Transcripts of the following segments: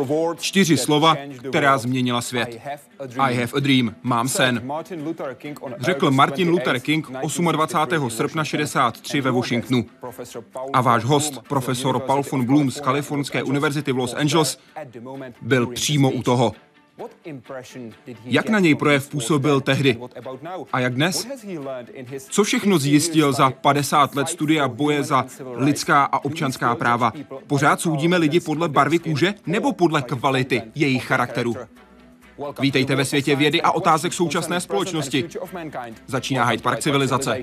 4 slova, která změnila svět. I have a dream, mám sen, řekl Martin Luther King 28. srpna 63 ve Washingtonu. A váš host, profesor Paul von Bloom z Kalifornské univerzity v Los Angeles, byl přímo u toho. Jak na něj projev působil tehdy? A jak dnes? Co všechno zjistil za 50 let studia boje za lidská a občanská práva? Pořád soudíme lidi podle barvy kůže nebo podle kvality jejich charakteru? Vítejte ve světě vědy a otázek současné společnosti. Začíná Hyde Park civilizace.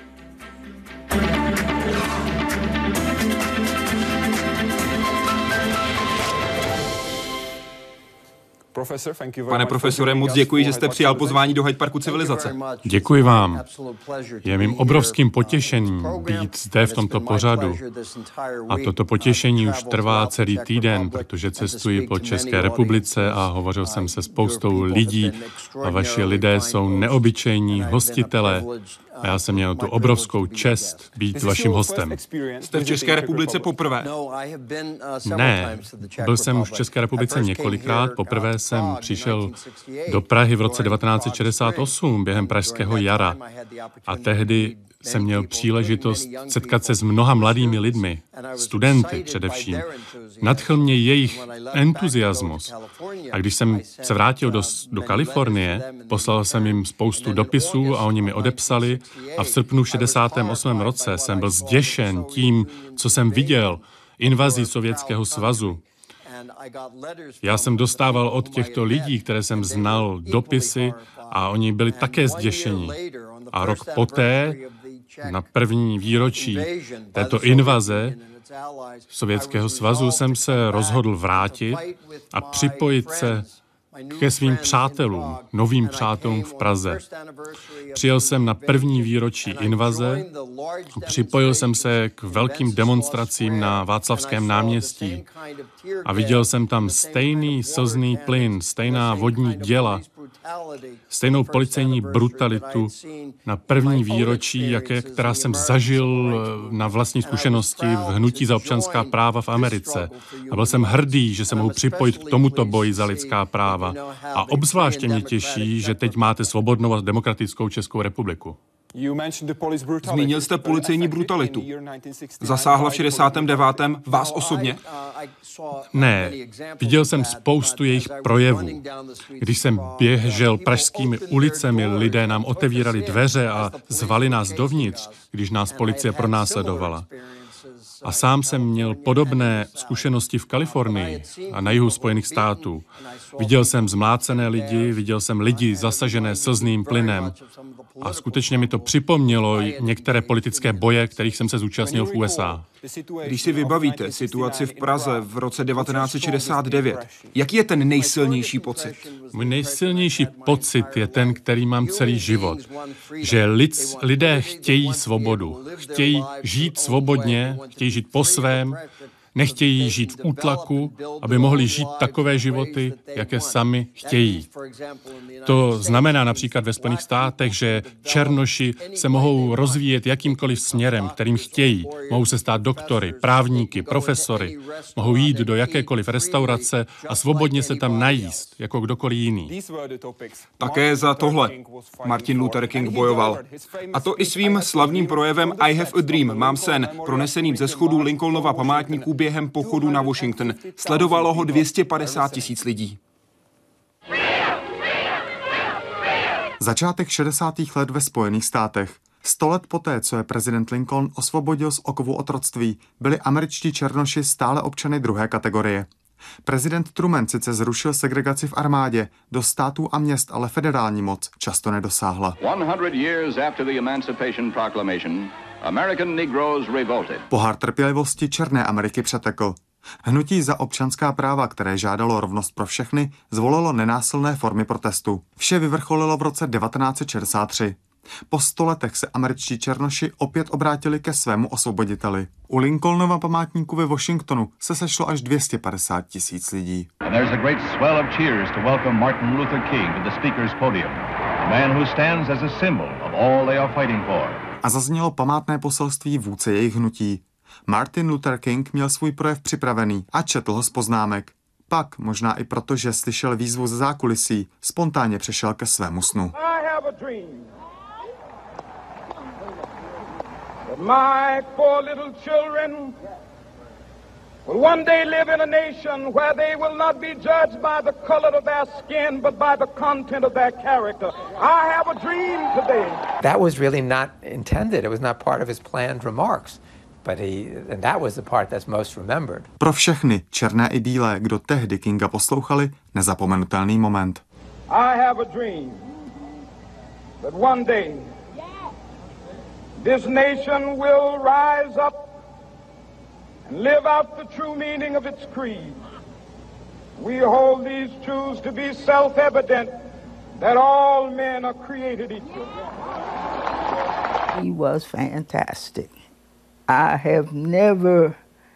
Pane profesore, moc děkuji, že jste přijal pozvání do Hyde Parku civilizace. Děkuji vám. Je mým obrovským potěšením být zde v tomto pořadu. A toto potěšení už trvá celý týden, protože cestuji po České republice a hovořil jsem se spoustou lidí a vaši lidé jsou neobyčejní hostitelé. A já jsem měl tu obrovskou čest být vaším hostem. Jste v České republice poprvé? Ne, byl jsem už v České republice několikrát. Poprvé jsem přišel do Prahy v roce 1968 během Pražského jara. A tehdy jsem měl příležitost setkat se s mnoha mladými lidmi, studenty především. Nadchl mě jejich entuziasmus. A když jsem se vrátil do Kalifornie, poslal jsem jim spoustu dopisů a oni mi odepsali. A v srpnu 68. roce jsem byl zděšen tím, co jsem viděl, invazí Sovětského svazu. Já jsem dostával od těchto lidí, které jsem znal, dopisy a oni byli také zděšení. A rok poté, na první výročí této invaze Sovětského svazu, jsem se rozhodl vrátit a připojit se ke svým přátelům, novým přátelům v Praze. Přijel jsem na první výročí invaze, připojil jsem se k velkým demonstracím na Václavském náměstí a viděl jsem tam stejný slzný plyn, stejná vodní děla, stejnou policejní brutalitu na první výročí, která jsem zažil na vlastní zkušenosti v hnutí za občanská práva v Americe. A byl jsem hrdý, že se mohu připojit k tomuto boji za lidská práva. A obzvláště mě těší, že teď máte svobodnou a demokratickou Českou republiku. Zmínil jste policejní brutalitu. Zasáhla v 69. vás osobně? Ne, viděl jsem spoustu jejich projevů. Když jsem běžel pražskými ulicemi, lidé nám otevírali dveře a zvali nás dovnitř, když nás policie pronásledovala. A sám jsem měl podobné zkušenosti v Kalifornii a na jihu Spojených států. Viděl jsem zmlácené lidi, viděl jsem lidi zasažené slzným plynem. A skutečně mi to připomnělo některé politické boje, kterých jsem se zúčastnil v USA. Když si vybavíte situaci v Praze v roce 1969, jaký je ten nejsilnější pocit? Můj nejsilnější pocit je ten, který mám celý život. Že lidé chtějí svobodu. Chtějí žít svobodně, chtějí žít po svém, nechtějí žít v útlaku, aby mohli žít takové životy, jaké sami chtějí. To znamená například ve Spojených státech, že černoši se mohou rozvíjet jakýmkoliv směrem, kterým chtějí. Mohou se stát doktory, právníky, profesory, mohou jít do jakékoliv restaurace a svobodně se tam najíst, jako kdokoliv jiný. Také za tohle Martin Luther King bojoval. A to i svým slavným projevem I have a dream, mám sen, proneseným ze schodu Lincolnova památníku během pochodu na Washington. Sledovalo ho 250 000 lidí. Začátek 60. let ve Spojených státech. 100 let poté, co je prezident Lincoln osvobodil z okovu otroctví, byli američtí černoši stále občany druhé kategorie. Prezident Truman sice zrušil segregaci v armádě, do států a měst ale federální moc často nedosáhla. 100 years after the Emancipation Proclamation, American Negroes revolted. Pohár trpělivosti černé Ameriky přetekl. Hnutí za občanská práva, které žádalo rovnost pro všechny, zvolilo nenásilné formy protestu. Vše vyvrcholilo v roce 1963. Po 100 letech se američtí černoši opět obrátili ke svému osvoboditeli. U Lincolnova památníku ve Washingtonu se sešlo až 250 000 lidí. A zaznělo památné poselství vůdce jejich hnutí. Martin Luther King měl svůj projev připravený a četl ho z poznámek. Pak, možná i proto, že slyšel výzvu ze zákulisí, spontánně přešel ke svému snu. My 4 little children will one day live in a nation where they will not be judged by the color of their skin, but by the content of their character. I have a dream today. That was really not intended. It was not part of his planned remarks. And that was the part that's most remembered. Pro všechny, černé i bílé, kdo tehdy Kinga poslouchali, nezapomenutelný moment. I have a dream that one day this nation will rise up and live out the true meaning of its creed. We hold these truths to be self-evident, that all men are created equal. He was fantastic. I have never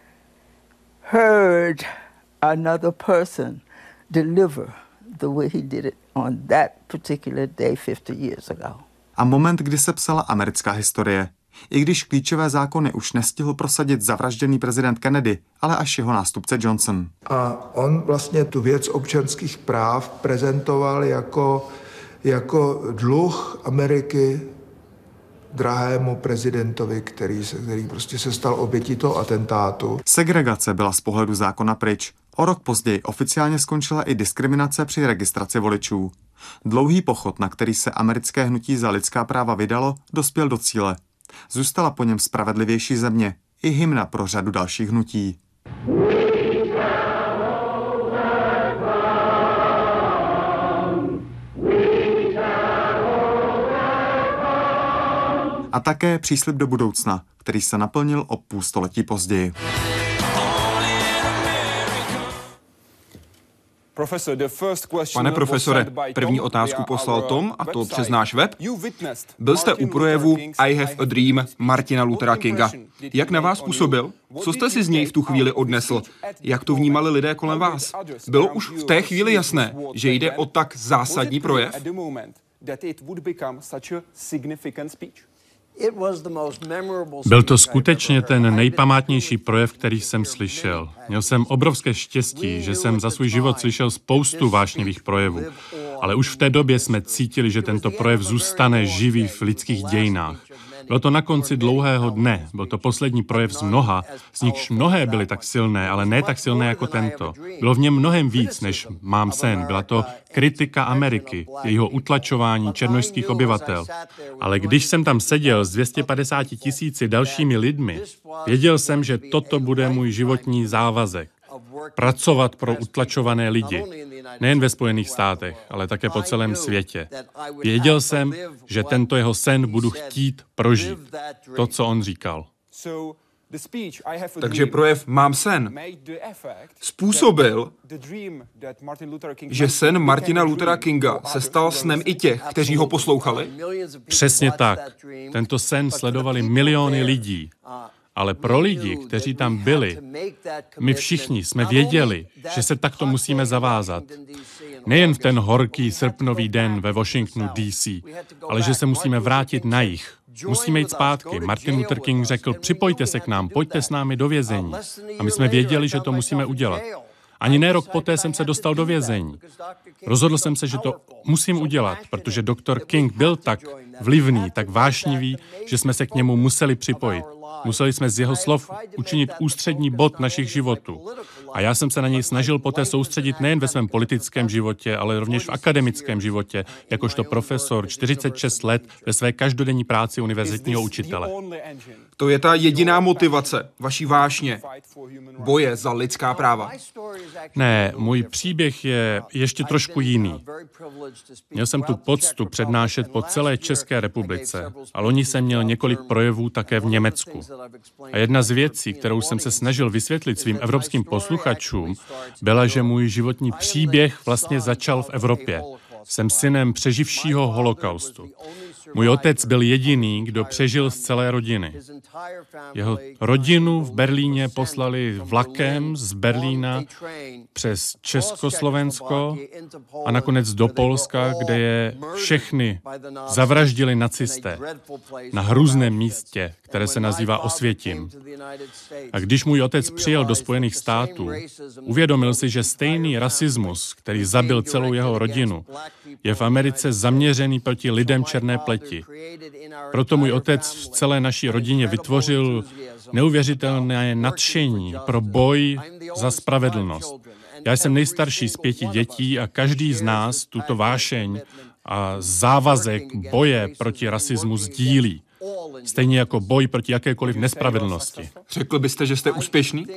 heard another person deliver the way he did it on that particular day 50 years ago. A moment, kdy se psala americká historie. I když klíčové zákony už nestihl prosadit zavražděný prezident Kennedy, ale až jeho nástupce Johnson. A on vlastně tu věc občanských práv prezentoval jako dluh Ameriky drahému prezidentovi, který prostě se stal obětí toho atentátu. Segregace byla z pohledu zákona pryč. O rok později oficiálně skončila i diskriminace při registraci voličů. Dlouhý pochod, na který se americké hnutí za lidská práva vydalo, dospěl do cíle. Zůstala po něm spravedlivější země, i hymna pro řadu dalších hnutí. A také příslib do budoucna, který se naplnil o půl století později. Pane profesore, první otázku poslal Tom, a to přes náš web. Byl jste u projevu I have a dream Martina Luthera Kinga. Jak na vás působil? Co jste si z něj v tu chvíli odnesl? Jak to vnímali lidé kolem vás? Bylo už v té chvíli jasné, že jde o tak zásadní projev? Byl to skutečně ten nejpamátnější projev, který jsem slyšel. Měl jsem obrovské štěstí, že jsem za svůj život slyšel spoustu vášnivých projevů. Ale už v té době jsme cítili, že tento projev zůstane živý v lidských dějinách. Bylo to na konci dlouhého dne. Byl to poslední projev z mnoha, z nichž mnohé byly tak silné, ale ne tak silné jako tento. Bylo v něm mnohem víc, než mám sen. Byla to kritika Ameriky, jejího utlačování černošských obyvatel. Ale když jsem tam seděl s 250 000 dalšími lidmi, věděl jsem, že toto bude můj životní závazek. Pracovat pro utlačované lidi. Nejen ve Spojených státech, ale také po celém světě. Věděl jsem, že tento jeho sen budu chtít prožít. To, co on říkal. Takže projev Mám sen způsobil, že sen Martina Luthera Kinga se stal snem i těch, kteří ho poslouchali? Přesně tak. Tento sen sledovali miliony lidí. Ale pro lidi, kteří tam byli, my všichni jsme věděli, že se takto musíme zavázat. Nejen v ten horký srpnový den ve Washingtonu DC, ale že se musíme vrátit na jih. Musíme jít zpátky. Martin Luther King řekl, připojte se k nám, pojďte s námi do vězení. A my jsme věděli, že to musíme udělat. Ani ne rok poté jsem se dostal do vězení. Rozhodl jsem se, že to musím udělat, protože doktor King byl tak vlivný, tak vášnivý, že jsme se k němu museli připojit. Museli jsme z jeho slov učinit ústřední bod našich životů. A já jsem se na něj snažil poté soustředit nejen ve svém politickém životě, ale rovněž v akademickém životě, jakožto profesor 46 let ve své každodenní práci univerzitního učitele. To je ta jediná motivace vaší vášně, boje za lidská práva. Ne, můj příběh je ještě trošku jiný. Měl jsem tu poctu přednášet po celé České republice a loni jsem měl několik projevů také v Německu. A jedna z věcí, kterou jsem se snažil vysvětlit svým evropským posluchačům, byla, že můj životní příběh vlastně začal v Evropě. Jsem synem přeživšího holokaustu. Můj otec byl jediný, kdo přežil z celé rodiny. Jeho rodinu v Berlíně poslali vlakem z Berlína přes Československo a nakonec do Polska, kde je všechny zavraždili nacisté na hrůzném místě, které se nazývá Osvětim. A když můj otec přijel do Spojených států, uvědomil si, že stejný rasismus, který zabil celou jeho rodinu, je v Americe zaměřený proti lidem černé pleti. Proto můj otec v celé naší rodině vytvořil neuvěřitelné nadšení pro boj za spravedlnost. Já jsem nejstarší z 5 dětí a každý z nás tuto vášeň a závazek boje proti rasismu sdílí. Stejně jako boj proti jakékoliv nespravedlnosti. Řekl byste, že jste úspěšný?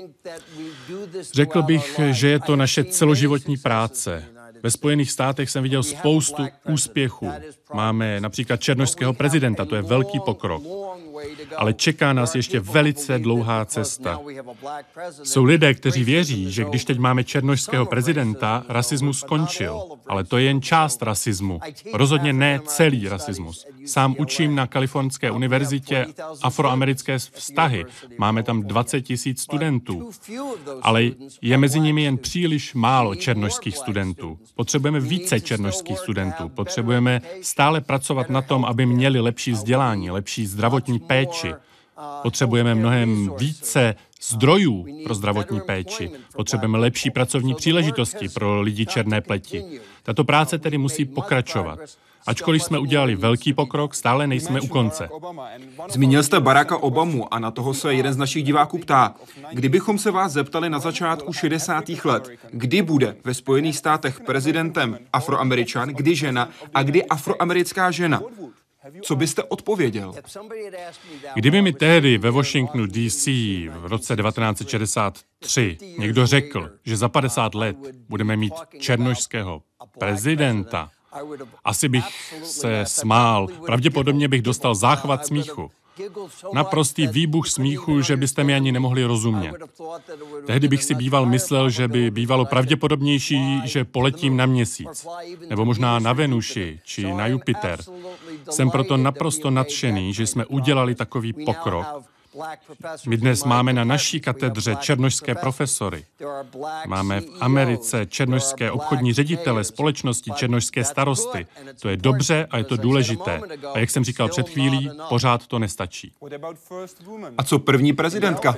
Řekl bych, že je to naše celoživotní práce. Ve Spojených státech jsem viděl spoustu úspěchů. Máme například černošského prezidenta, to je velký pokrok. Ale čeká nás ještě velice dlouhá cesta. Jsou lidé, kteří věří, že když teď máme černošského prezidenta, rasismus skončil. Ale to je jen část rasismu. Rozhodně ne celý rasismus. Sám učím na Kalifornské univerzitě afroamerické vztahy. Máme tam 20 000 studentů. Ale je mezi nimi jen příliš málo černošských studentů. Potřebujeme více černošských studentů. Potřebujeme stále pracovat na tom, aby měli lepší vzdělání, lepší zdravotní péči. Potřebujeme mnohem více zdrojů pro zdravotní péči. Potřebujeme lepší pracovní příležitosti pro lidi černé pleti. Tato práce tedy musí pokračovat. Ačkoliv jsme udělali velký pokrok, stále nejsme u konce. Zmínil jste Baracka Obamu a na toho se jeden z našich diváků ptá. Kdybychom se vás zeptali na začátku 60. let, kdy bude ve Spojených státech prezidentem Afroameričan, kdy žena a kdy afroamerická žena, co byste odpověděl? Kdyby mi tehdy ve Washingtonu D.C. v roce 1963 někdo řekl, že za 50 let budeme mít černošského prezidenta, asi bych se smál, pravděpodobně bych dostal záchvat smíchu. Naprostý výbuch smíchu, že byste mi ani nemohli rozumět. Tehdy bych si býval myslel, že by bývalo pravděpodobnější, že poletím na Měsíc, nebo možná na Venuši, či na Jupiter. Jsem proto naprosto nadšený, že jsme udělali takový pokrok. My dnes máme na naší katedře černošské profesory. Máme v Americe černošské obchodní ředitele, společnosti, černošské starosty. To je dobře a je to důležité. A jak jsem říkal před chvílí, pořád to nestačí. A co první prezidentka?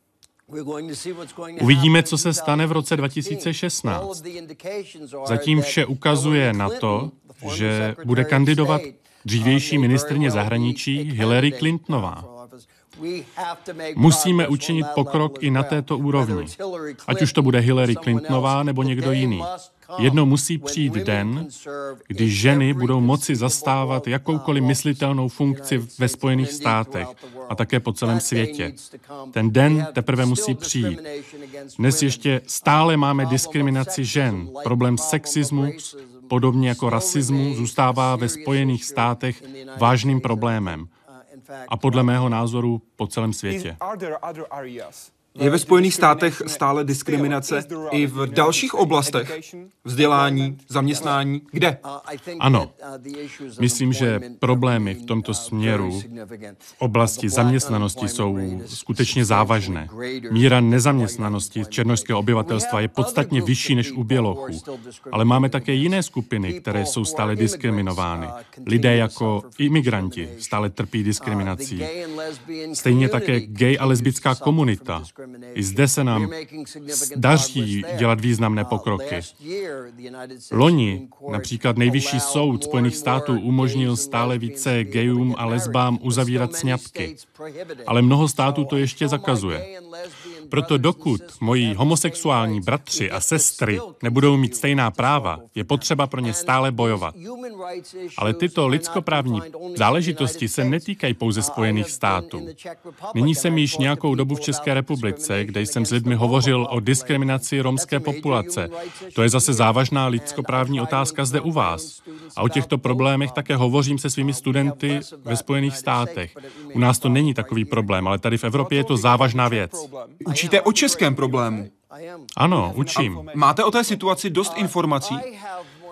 Uvidíme, co se stane v roce 2016. Zatím vše ukazuje na to, že bude kandidovat dřívější ministryně zahraničí Hillary Clintonová. Musíme učinit pokrok i na této úrovni. Ať už to bude Hillary Clintonová nebo někdo jiný. Jednou musí přijít den, kdy ženy budou moci zastávat jakoukoliv myslitelnou funkci ve Spojených státech a také po celém světě. Ten den teprve musí přijít. Dnes ještě stále máme diskriminaci žen. Problém sexismu, podobně jako rasismu, zůstává ve Spojených státech vážným problémem. A podle mého názoru po celém světě. Je ve Spojených státech stále diskriminace i v dalších oblastech? Vzdělání, zaměstnání, kde? Ano. Myslím, že problémy v tomto směru v oblasti zaměstnanosti jsou skutečně závažné. Míra nezaměstnanosti černošského obyvatelstva je podstatně vyšší než u bělochů. Ale máme také jiné skupiny, které jsou stále diskriminovány. Lidé jako imigranti stále trpí diskriminací. Stejně také gay a lesbická komunita. I zde se nám daří dělat významné pokroky. Loni například Nejvyšší soud Spojených států umožnil stále více gayům a lesbám uzavírat sňatky. Ale mnoho států to ještě zakazuje. Proto dokud moji homosexuální bratři a sestry nebudou mít stejná práva, je potřeba pro ně stále bojovat. Ale tyto lidskoprávní záležitosti se netýkají pouze Spojených států. Nyní jsem již nějakou dobu v České republice, kde jsem s lidmi hovořil o diskriminaci romské populace. To je zase závažná lidskoprávní otázka zde u vás. A o těchto problémech také hovořím se svými studenty ve Spojených státech. U nás to není takový problém, ale tady v Evropě je to závažná věc. Učíte o českém problému? Ano, učím. Máte o té situaci dost informací?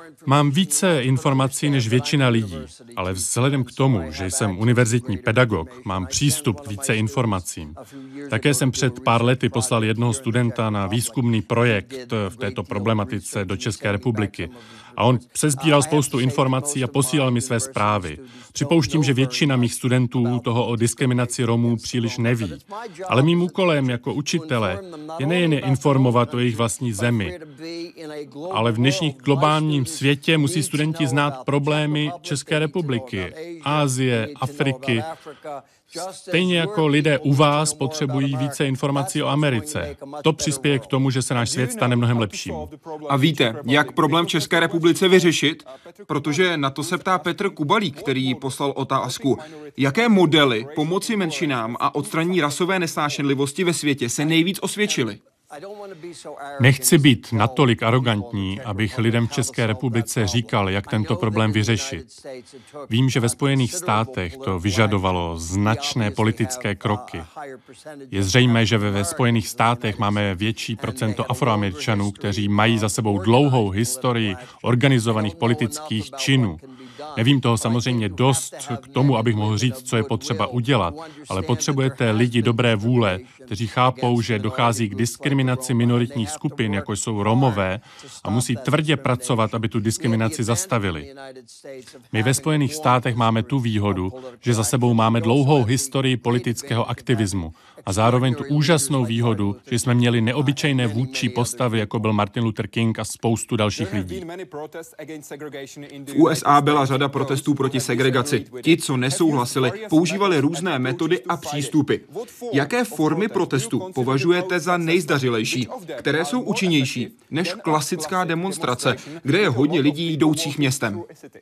Mám více informací než většina lidí, ale vzhledem k tomu, že jsem univerzitní pedagog, mám přístup k více informacím. Také jsem před pár lety poslal jednoho studenta na výzkumný projekt v této problematice do České republiky. A on sesbíral spoustu informací a posílal mi své zprávy. Připouštím, že většina mých studentů toho o diskriminaci Romů příliš neví. Ale mým úkolem jako učitele je nejen informovat o jejich vlastní zemi, ale v dnešním globálním světě musí studenti znát problémy České republiky, Asie, Afriky. Stejně jako lidé u vás potřebují více informací o Americe. To přispěje k tomu, že se náš svět stane mnohem lepším. A víte, jak problém v České republice vyřešit? Protože na to se ptá Petr Kubalík, který poslal otázku. Jaké modely pomoci menšinám a odstranění rasové nesnášenlivosti ve světě se nejvíc osvědčily? Nechci být natolik arrogantní, abych lidem v České republice říkal, jak tento problém vyřešit. Vím, že ve Spojených státech to vyžadovalo značné politické kroky. Je zřejmé, že ve Spojených státech máme větší procento Afroameričanů, kteří mají za sebou dlouhou historii organizovaných politických činů. Nevím toho samozřejmě dost k tomu, abych mohl říct, co je potřeba udělat, ale potřebujete lidi dobré vůle, kteří chápou, že dochází k diskriminaci minoritních skupin, jako jsou Romové, a musí tvrdě pracovat, aby tu diskriminaci zastavili. My ve Spojených státech máme tu výhodu, že za sebou máme dlouhou historii politického aktivismu a zároveň tu úžasnou výhodu, že jsme měli neobyčejné vůdčí postavy, jako byl Martin Luther King a spoustu dalších lidí. V USA byla řada protestů proti segregaci. Ti, co nesouhlasili, používali různé metody a přístupy. Jaké formy protestu považujete za nejzdařilejší, které jsou účinnější než klasická demonstrace, kde je hodně lidí jdoucích městem?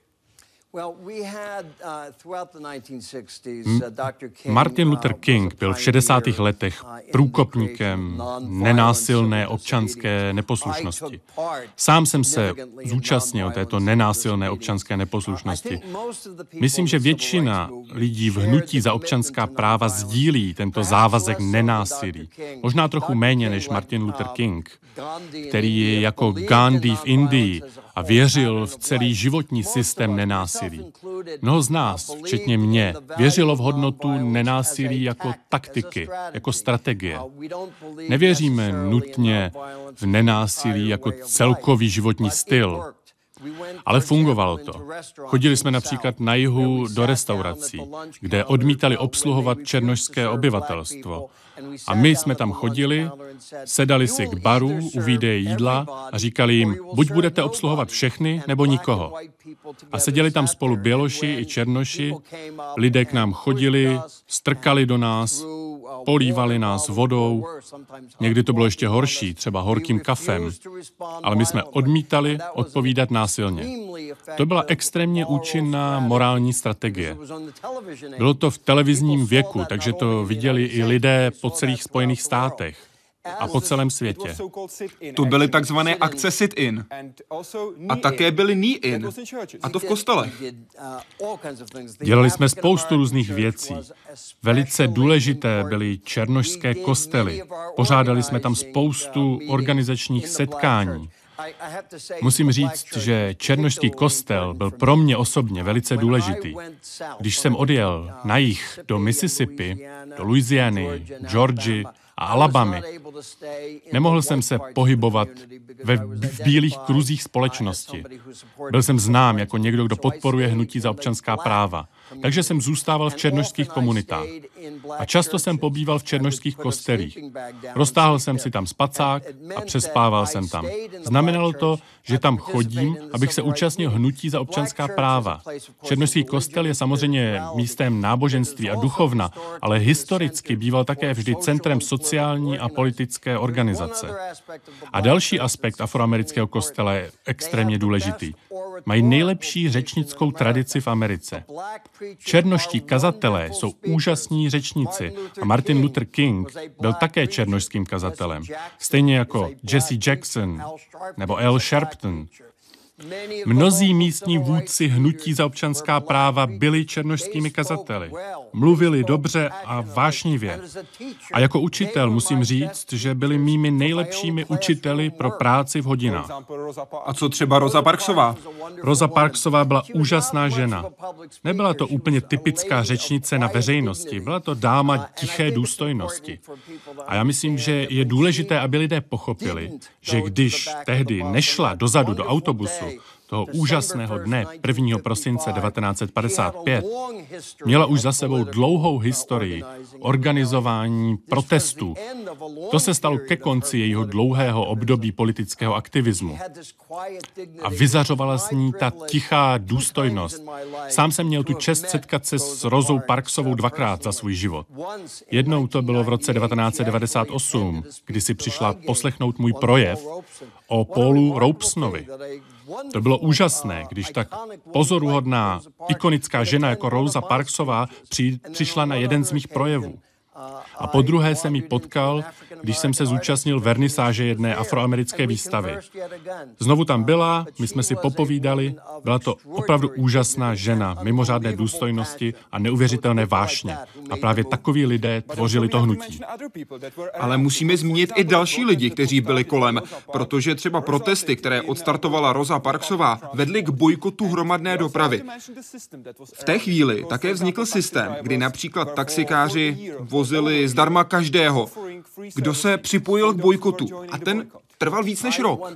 Martin Luther King byl v 60. letech průkopníkem nenásilné občanské neposlušnosti. Sám jsem se zúčastnil této nenásilné občanské neposlušnosti. Myslím, že většina lidí v hnutí za občanská práva sdílí tento závazek nenásilí. Možná trochu méně než Martin Luther King, který je jako Gandhi v Indii a věřil v celý životní systém nenásilí. Mnoho z nás, včetně mě, věřilo v hodnotu nenásilí jako taktiky, jako strategie. Nevěříme nutně v nenásilí jako celkový životní styl, ale fungovalo to. Chodili jsme například na jihu do restaurací, kde odmítali obsluhovat černošské obyvatelstvo. A my jsme tam chodili, sedali si k baru u výdeje jídla a říkali jim, buď budete obsluhovat všechny, nebo nikoho. A seděli tam spolu běloši i černoši, lidé k nám chodili, strkali do nás, polívali nás vodou, někdy to bylo ještě horší, třeba horkým kafem, ale my jsme odmítali odpovídat násilně. To byla extrémně účinná morální strategie. Bylo to v televizním věku, takže to viděli i lidé po celých Spojených státech a po celém světě. To byly takzvané akce sit-in. A také byly knee-in. A to v kostelech. Dělali jsme spoustu různých věcí. Velice důležité byly černošské kostely. Pořádali jsme tam spoustu organizačních setkání. Musím říct, že černošský kostel byl pro mě osobně velice důležitý. Když jsem odjel na jih do Mississippi, do Louisiany, Georgii a Alabamy, nemohl jsem se pohybovat v bílých kruzích společnosti. Byl jsem znám jako někdo, kdo podporuje hnutí za občanská práva. Takže jsem zůstával v černošských komunitách. A často jsem pobýval v černošských kostelích. Roztáhl jsem si tam spacák a přespával jsem tam. Znamenalo to, že tam chodím, abych se účastnil hnutí za občanská práva. Černošský kostel je samozřejmě místem náboženství a duchovna, ale historicky býval také vždy centrem sociální a politické organizace. A další aspekt afroamerického kostela je extrémně důležitý. Mají nejlepší řečnickou tradici v Americe. Černoští kazatelé jsou úžasní řečníci a Martin Luther King byl také černošským kazatelem. Stejně jako Jesse Jackson nebo Al Sharpton. Mnozí místní vůdci hnutí za občanská práva byli černošskými kazateli. Mluvili dobře a vášnivě. A jako učitel musím říct, že byli mými nejlepšími učiteli pro práci v hodinách. A co třeba Rosa Parksová? Rosa Parksová byla úžasná žena. Nebyla to úplně typická řečnice na veřejnosti, byla to dáma tiché důstojnosti. A já myslím, že je důležité, aby lidé pochopili, že když tehdy nešla dozadu do autobusu, toho úžasného dne 1. prosince 1955, měla už za sebou dlouhou historii organizování protestů. To se stalo ke konci jejího dlouhého období politického aktivismu. A vyzařovala s ní ta tichá důstojnost. Sám jsem měl tu čest setkat se s Rosou Parksovou 2krát za svůj život. Jednou to bylo v roce 1998, kdy si přišla poslechnout můj projev o Paulu Robesonovi. To bylo úžasné, když tak pozoruhodná, ikonická žena jako Rosa Parksová přišla na jeden z mých projevů. A po druhé jsem ji potkal, když jsem se zúčastnil vernisáže jedné afroamerické výstavy. Znovu tam byla, my jsme si popovídali, byla to opravdu úžasná žena, mimořádné důstojnosti a neuvěřitelné vášně. A právě takoví lidé tvořili to hnutí. Ale musíme zmínit i další lidi, kteří byli kolem, protože třeba protesty, které odstartovala Rosa Parksová, vedly k bojkotu hromadné dopravy. V té chvíli také vznikl systém, kdy například taxikáři vozili zdarma každého, kdo se připojil k bojkotu. A ten trval víc než rok.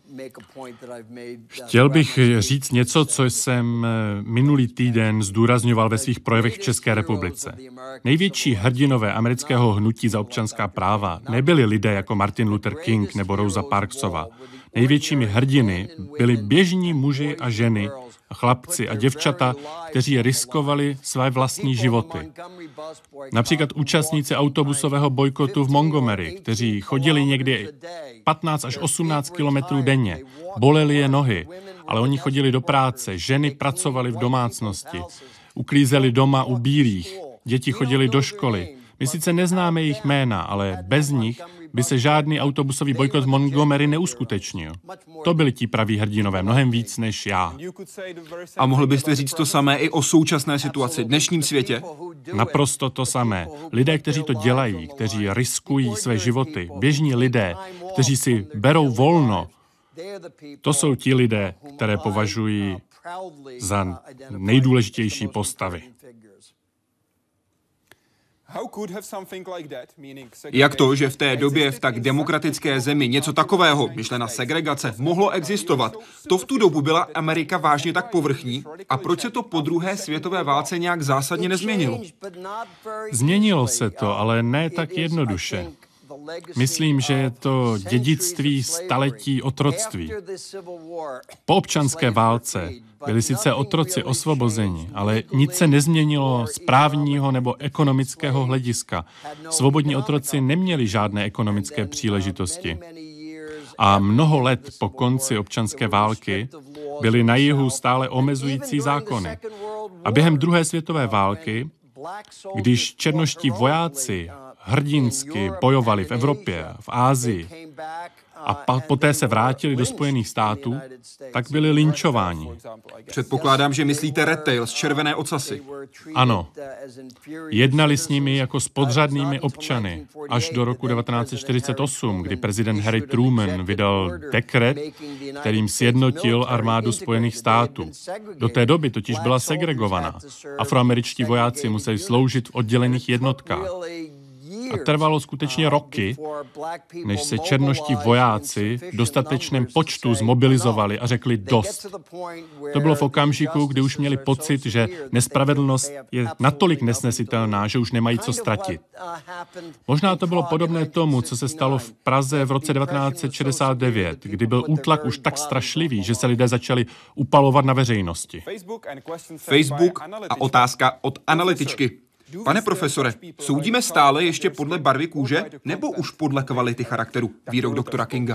Chtěl bych říct něco, co jsem minulý týden zdůrazňoval ve svých projevech v České republice. Největší hrdinové amerického hnutí za občanská práva nebyli lidé jako Martin Luther King nebo Rosa Parksová. Největšími hrdiny byli běžní muži a ženy, chlapci a děvčata, kteří riskovali své vlastní životy. Například účastníci autobusového bojkotu v Montgomery, kteří chodili někdy 15 až 18 kilometrů denně. Bolely je nohy, ale oni chodili do práce, ženy pracovaly v domácnosti, uklízeli doma u bílých, děti chodili do školy. My sice neznáme jejich jména, ale bez nich by se žádný autobusový bojkot v Montgomery neuskutečnil. To byli ti praví hrdinové, mnohem víc než já. A mohl byste říct to samé i o současné situaci, dnešním světě? Naprosto to samé. Lidé, kteří to dělají, kteří riskují své životy, běžní lidé, kteří si berou volno, to jsou ti lidé, které považuji za nejdůležitější postavy. Jak to, že v té době v tak demokratické zemi něco takového, myšlena segregace, mohlo existovat? To v tu dobu byla Amerika vážně tak povrchní? A proč se to po druhé světové válce nějak zásadně nezměnilo? Změnilo se to, ale ne tak jednoduše. Myslím, že je to dědictví staletí otroctví. Po občanské válce byli sice otroci osvobozeni, ale nic se nezměnilo z právního nebo ekonomického hlediska. Svobodní otroci neměli žádné ekonomické příležitosti. A mnoho let po konci občanské války byly na jihu stále omezující zákony. A během druhé světové války, když černoští vojáci hrdinsky bojovali v Evropě, v Asii a poté se vrátili do Spojených států, tak byli lynčováni. Předpokládám, že myslíte Red Tails, červené ocasy. Ano. Jednali s nimi jako s podřadnými občany až do roku 1948, kdy prezident Harry Truman vydal dekret, kterým sjednotil armádu Spojených států. Do té doby totiž byla segregovaná. Afroameričtí vojáci museli sloužit v oddělených jednotkách. A trvalo skutečně roky, než se černoští vojáci v dostatečném počtu zmobilizovali a řekli dost. To bylo v okamžiku, kdy už měli pocit, že nespravedlnost je natolik nesnesitelná, že už nemají co ztratit. Možná to bylo podobné tomu, co se stalo v Praze v roce 1969, kdy byl útlak už tak strašlivý, že se lidé začali upalovat na veřejnosti. Facebook a otázka od analytičky. Pane profesore, soudíme stále ještě podle barvy kůže, nebo už podle kvality charakteru? Výrok doktora Kinga.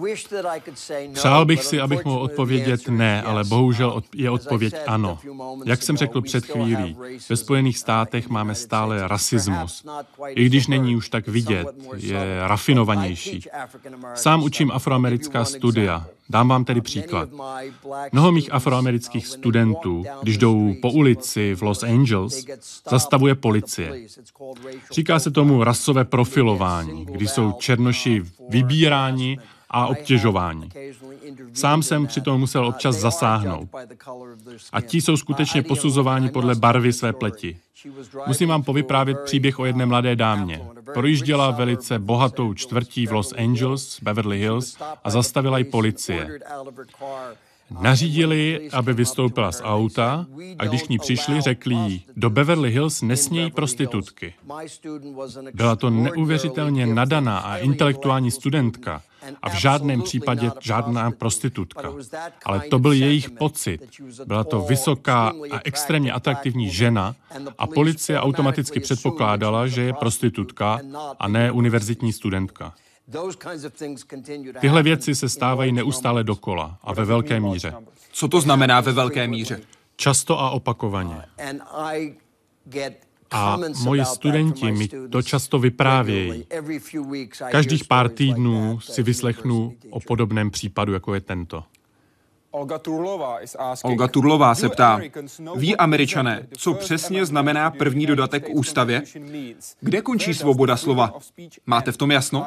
Přál bych si, abych mohl odpovědět ne, ale bohužel je odpověď ano. Jak jsem řekl před chvílí, ve Spojených státech máme stále rasismus. I když není už tak vidět, je rafinovanější. Sám učím afroamerická studia. Dám vám tedy příklad. Mnoho mých afroamerických studentů, když jdou po ulici v Los Angeles, zastavuje policie. Říká se tomu rasové profilování, kdy jsou černoši vybíráni a obtěžováni. Sám jsem přitom musel občas zasáhnout. A ti jsou skutečně posuzováni podle barvy své pleti. Musím vám povyprávět příběh o jedné mladé dámě. Projížděla velice bohatou čtvrtí v Los Angeles, Beverly Hills, a zastavila ji policie. Nařídili, aby vystoupila z auta, a když k ní přišli, řekli jí, do Beverly Hills nesmějí prostitutky. Byla to neuvěřitelně nadaná a intelektuální studentka a v žádném případě žádná prostitutka. Ale to byl jejich pocit. Byla to vysoká a extrémně atraktivní žena a policie automaticky předpokládala, že je prostitutka a ne univerzitní studentka. Tyhle věci se stávají neustále dokola a ve velké míře. Co to znamená ve velké míře? Často a opakovaně. A moji studenti mi to často vyprávějí. Každých pár týdnů si vyslechnu o podobném případu, jako je tento. Olga Turlová se ptá, ví Američané, co přesně znamená první dodatek k ústavě? Kde končí svoboda slova? Máte v tom jasno?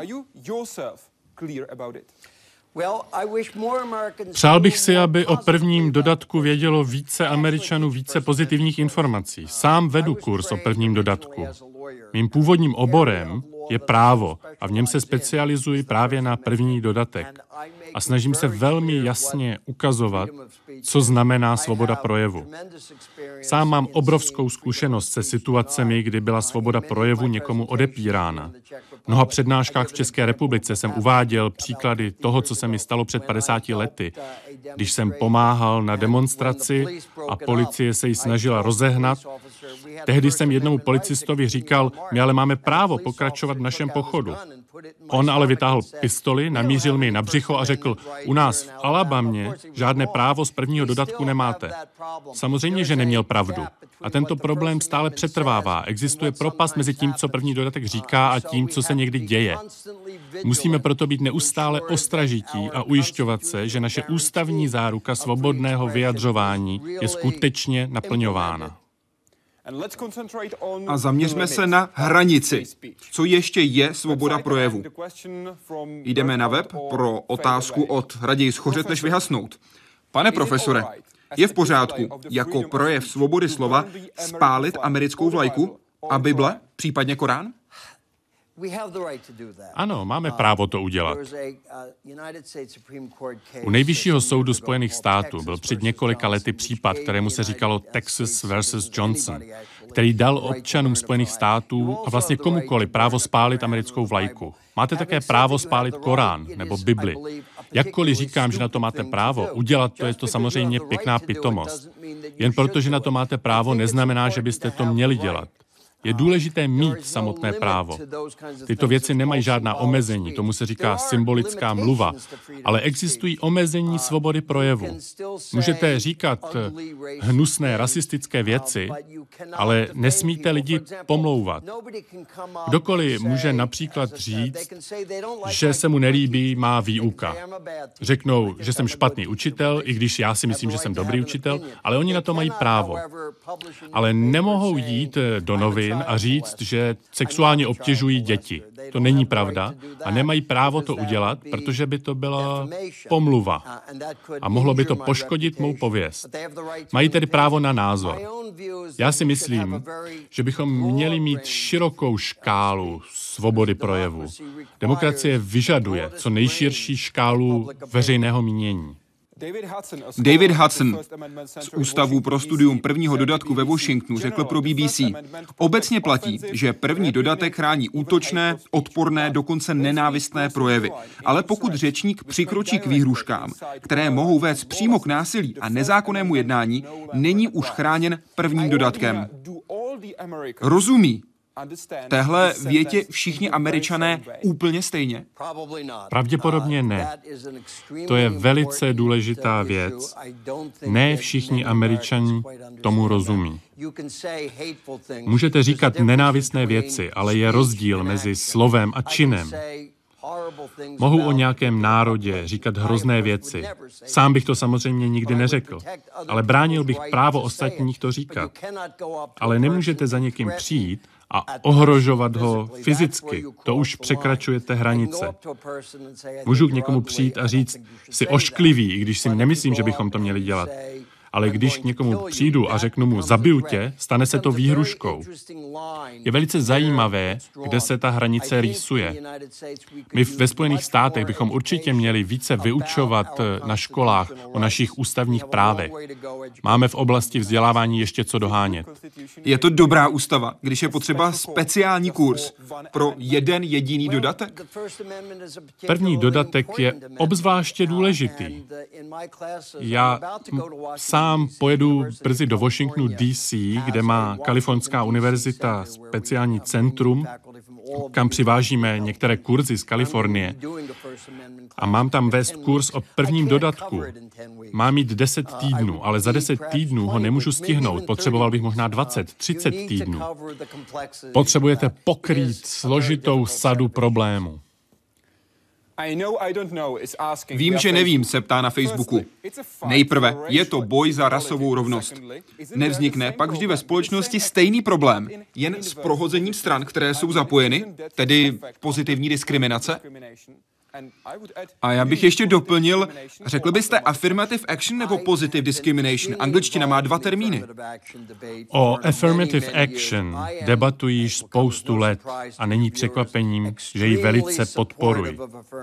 Přál bych si, aby o prvním dodatku vědělo více Američanů, více pozitivních informací. Sám vedu kurz o prvním dodatku. Mým původním oborem je právo a v něm se specializuji právě na první dodatek. A snažím se velmi jasně ukazovat, co znamená svoboda projevu. Sám mám obrovskou zkušenost se situacemi, kdy byla svoboda projevu někomu odepírána. V mnoha přednáškách v České republice jsem uváděl příklady toho, co se mi stalo před 50 lety, když jsem pomáhal na demonstraci a policie se ji snažila rozehnat. Tehdy jsem jednomu policistovi říkal, my ale máme právo pokračovat v našem pochodu. On ale vytáhl pistoli, namířil mi na břicho a řekl, u nás v Alabamě žádné právo z prvního dodatku nemáte. Samozřejmě, že neměl pravdu. A tento problém stále přetrvává. Existuje propast mezi tím, co první dodatek říká, a tím, co se někdy děje. Musíme proto být neustále ostražití a ujišťovat se, že naše ústavní záruka svobodného vyjadřování je skutečně naplňována. A zaměřme se na hranici. Co ještě je svoboda projevu? Jdeme na web pro otázku od raději schořet, než vyhasnout. Pane profesore, je v pořádku jako projev svobody slova spálit americkou vlajku a Bible, případně Korán? Ano, máme právo to udělat. U Nejvyššího soudu Spojených států byl před několika lety případ, kterému se říkalo Texas versus Johnson, který dal občanům Spojených států a vlastně komukoli právo spálit americkou vlajku. Máte také právo spálit Korán nebo Bibli. Jakkoliv říkám, že na to máte právo, udělat to je to samozřejmě pěkná pitomost. Jen proto, že na to máte právo, neznamená, že byste to měli dělat. Je důležité mít samotné právo. Tyto věci nemají žádná omezení, tomu se říká symbolická mluva, ale existují omezení svobody projevu. Můžete říkat hnusné rasistické věci, ale nesmíte lidi pomlouvat. Kdokoliv může například říct, že se mu nelíbí má výuka. Řeknou, že jsem špatný učitel, i když já si myslím, že jsem dobrý učitel, ale oni na to mají právo. Ale nemohou jít do novin a říct, že sexuálně obtěžují děti. To není pravda a nemají právo to udělat, protože by to byla pomluva a mohlo by to poškodit mou pověst. Mají tedy právo na názor. Já si myslím, že bychom měli mít širokou škálu svobody projevu. Demokracie vyžaduje co nejširší škálu veřejného mínění. David Hudson z Ústavu pro studium prvního dodatku ve Washingtonu řekl pro BBC, obecně platí, že první dodatek chrání útočné, odporné, dokonce nenávistné projevy. Ale pokud řečník přikročí k výhruškám, které mohou vést přímo k násilí a nezákonnému jednání, není už chráněn prvním dodatkem. Rozumí téhle větě všichni Američané úplně stejně? Pravděpodobně ne. To je velice důležitá věc. Ne všichni Američani tomu rozumí. Můžete říkat nenávistné věci, ale je rozdíl mezi slovem a činem. Mohu o nějakém národě říkat hrozné věci. Sám bych to samozřejmě nikdy neřekl, ale bránil bych právo ostatních to říkat. Ale nemůžete za někým přijít a ohrožovat ho fyzicky. To už překračujete hranice. Můžu k někomu přijít a říct, jsi ošklivý, i když si nemyslím, že bychom to měli dělat. Ale když k někomu přijdu a řeknu mu, zabiju tě, stane se to výhruškou. Je velice zajímavé, kde se ta hranice rýsuje. My ve Spojených státech bychom určitě měli více vyučovat na školách o našich ústavních právech. Máme v oblasti vzdělávání ještě co dohánět. Je to dobrá ústava, když je potřeba speciální kurz pro jeden jediný dodatek? První dodatek je obzvláště důležitý. Já sám pojedu brzy do Washingtonu D.C., kde má Kalifornská univerzita speciální centrum, kam přivážíme některé kurzy z Kalifornie. A mám tam vést kurz o prvním dodatku. Mám mít 10 týdnů, ale za 10 týdnů ho nemůžu stihnout. Potřeboval bych možná 20, 30 týdnů. Potřebujete pokrýt složitou sadu problémů. Vím, že nevím, se ptá na Facebooku. Nejprve, je to boj za rasovou rovnost. Nevznikne pak vždy ve společnosti stejný problém, jen s prohozením stran, které jsou zapojeny, tedy pozitivní diskriminace? A já bych ještě doplnil, řekl byste affirmative action nebo positive discrimination? Angličtina má 2 termíny. O affirmative action debatují již spoustu let a není překvapením, že ji velice podporují.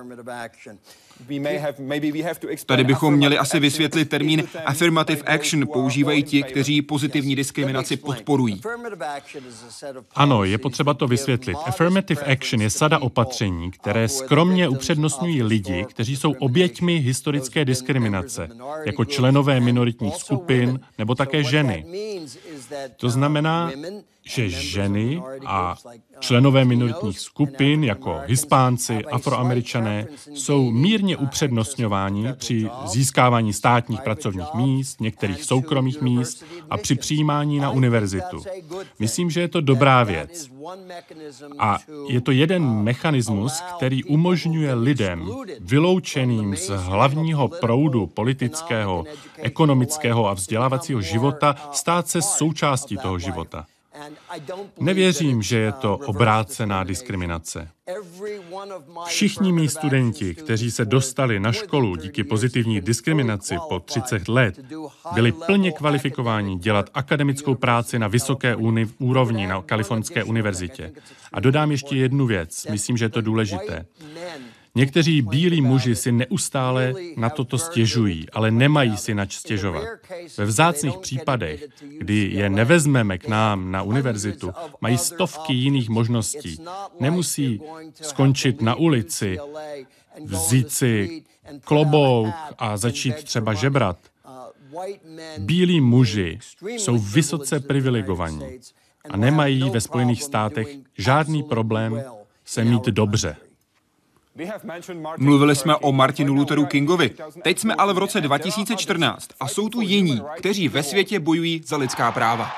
Tady bychom měli asi vysvětlit termín affirmative action, používají ti, kteří pozitivní diskriminaci podporují. Ano, je potřeba to vysvětlit. Affirmative action je sada opatření, které skromně upřednostňují lidi, kteří jsou oběťmi historické diskriminace, jako členové minoritních skupin nebo také ženy. To znamená, že ženy a členové minoritních skupin, jako Hispánci, Afroameričané, jsou mírně upřednostňováni při získávání státních pracovních míst, některých soukromých míst a při přijímání na univerzitu. Myslím, že je to dobrá věc. A je to jeden mechanismus, který umožňuje lidem vyloučeným z hlavního proudu politického, ekonomického a vzdělávacího života stát se součástí toho života. Nevěřím, že je to obrácená diskriminace. Všichni mí studenti, kteří se dostali na školu díky pozitivní diskriminaci po 30 let, byli plně kvalifikováni dělat akademickou práci na vysoké úrovni na Kalifornské univerzitě. A dodám ještě jednu věc, myslím, že je to důležité. Někteří bílí muži si neustále na toto stěžují, ale nemají si nač stěžovat. Ve vzácných případech, kdy je nevezmeme k nám na univerzitu, mají stovky jiných možností. Nemusí skončit na ulici, vzít si klobouk a začít třeba žebrat. Bílí muži jsou vysoce privilegovaní a nemají ve Spojených státech žádný problém se mít dobře. Mluvili jsme o Martinu Lutheru Kingovi. Teď jsme ale v roce 2014 a jsou tu jiní, kteří ve světě bojují za lidská práva.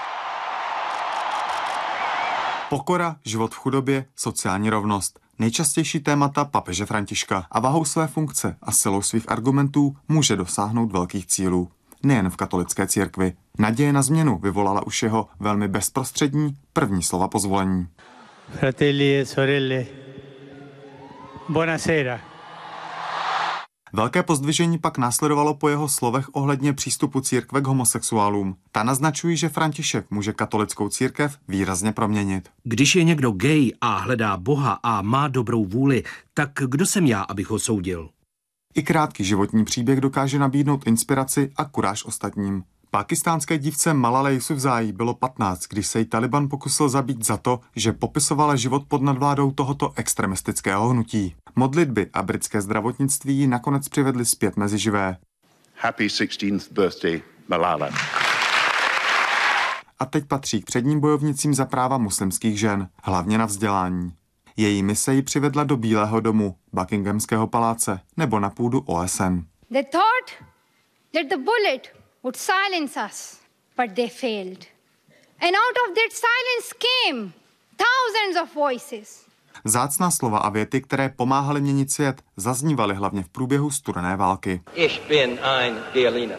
Pokora, život v chudobě, sociální rovnost. Nejčastější témata papeže Františka a vahou své funkce a silou svých argumentů může dosáhnout velkých cílů. Nejen v katolické církvi. Naděje na změnu vyvolala už jeho velmi bezprostřední první slova po zvolení. Fratelli e sorelle. Buonasera. Velké pozdvižení pak následovalo po jeho slovech ohledně přístupu církve k homosexuálům. Ta naznačují, že František může katolickou církev výrazně proměnit. Když je někdo gay a hledá Boha a má dobrou vůli, tak kdo jsem já, abych ho soudil? I krátký životní příběh dokáže nabídnout inspiraci a kuráž ostatním. Pákistánské dívce Malale Yousafzai bylo 15, když se jí Taliban pokusil zabít za to, že popisovala život pod nadvládou tohoto extremistického hnutí. Modlitby a britské zdravotnictví ji nakonec přivedly zpět mezi živé. Happy 16th birthday, Malala. A teď patří k předním bojovnicím za práva muslimských žen, hlavně na vzdělání. Její mise ji přivedla do Bílého domu, Buckinghamského paláce nebo na půdu OSN. They thought that the bullet would silence us, but they failed. And out of that silence came thousands of voices. Vzácná slova a věty, které pomáhaly měnit svět, zaznívaly hlavně v průběhu studené války. Ich bin ein Berliner.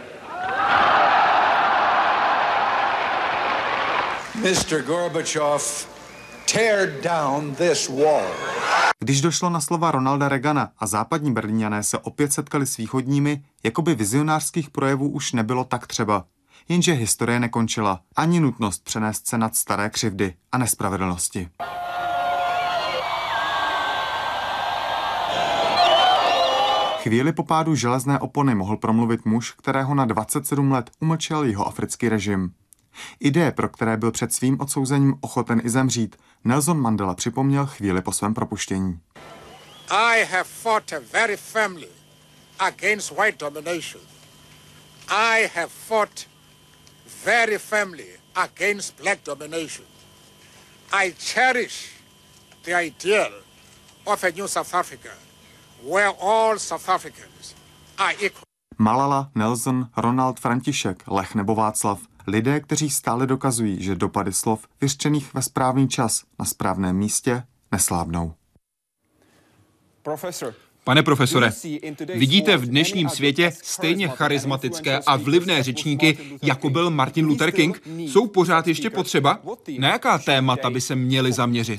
Mr. Gorbachev, tear down this wall. Když došlo na slova Ronalda Reagana a západní Berlíňané se opět setkali s východními, jakoby vizionářských projevů už nebylo tak třeba. Jenže historie nekončila, ani nutnost přenést se nad staré křivdy a nespravedlnosti. Chvíli po pádu železné opony mohl promluvit muž, kterého na 27 let umlčel jihoafrický režim. Ideje, pro které byl před svým odsouzením ochoten i zemřít, Nelson Mandela připomněl chvíli po svém propuštění. I have fought very firmly against white domination. I have fought very firmly against black domination. I cherish the ideal of a new South Africa, where all South Africans are equal. Malala, Nelson, Ronald, František, Lech nebo Václav. Lidé, kteří stále dokazují, že dopady slov vyřčených ve správný čas na správném místě neslábnou. Pane profesore, vidíte v dnešním světě stejně charismatické a vlivné řečníky, jako byl Martin Luther King? Jsou pořád ještě potřeba? Na jaká témata by se měli zaměřit?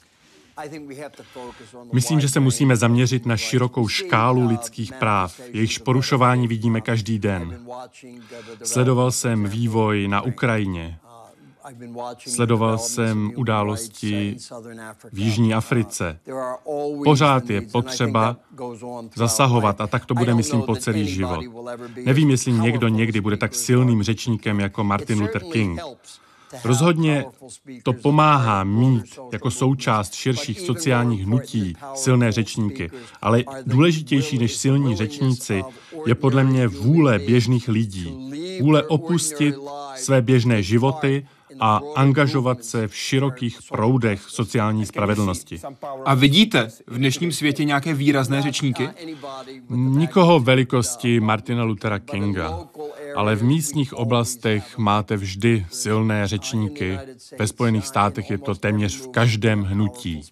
Myslím, že se musíme zaměřit na širokou škálu lidských práv. Jejichž porušování vidíme každý den. Sledoval jsem vývoj na Ukrajině. Sledoval jsem události v Jižní Africe. Pořád je potřeba zasahovat a tak to bude, myslím, po celý život. Nevím, jestli někdo někdy bude tak silným řečníkem jako Martin Luther King. Rozhodně to pomáhá mít jako součást širších sociálních hnutí silné řečníky, ale důležitější než silní řečníci je podle mě vůle běžných lidí. Vůle opustit své běžné životy a angažovat se v širokých proudech sociální spravedlnosti. A vidíte v dnešním světě nějaké výrazné řečníky? Nikoho velikosti Martina Luthera Kinga, ale v místních oblastech máte vždy silné řečníky. Ve Spojených státech je to téměř v každém hnutí.